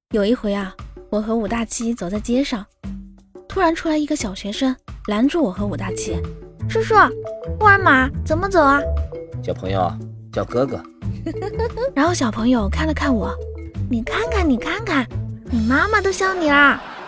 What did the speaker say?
有一回啊，我和武大七走在街上，突然出来一个小学生拦住我和武大七：“叔叔，沃尔玛怎么走啊？” 小朋友叫哥哥。 然后小朋友看了看我：“你看看，你看看，你妈妈都笑你啦。”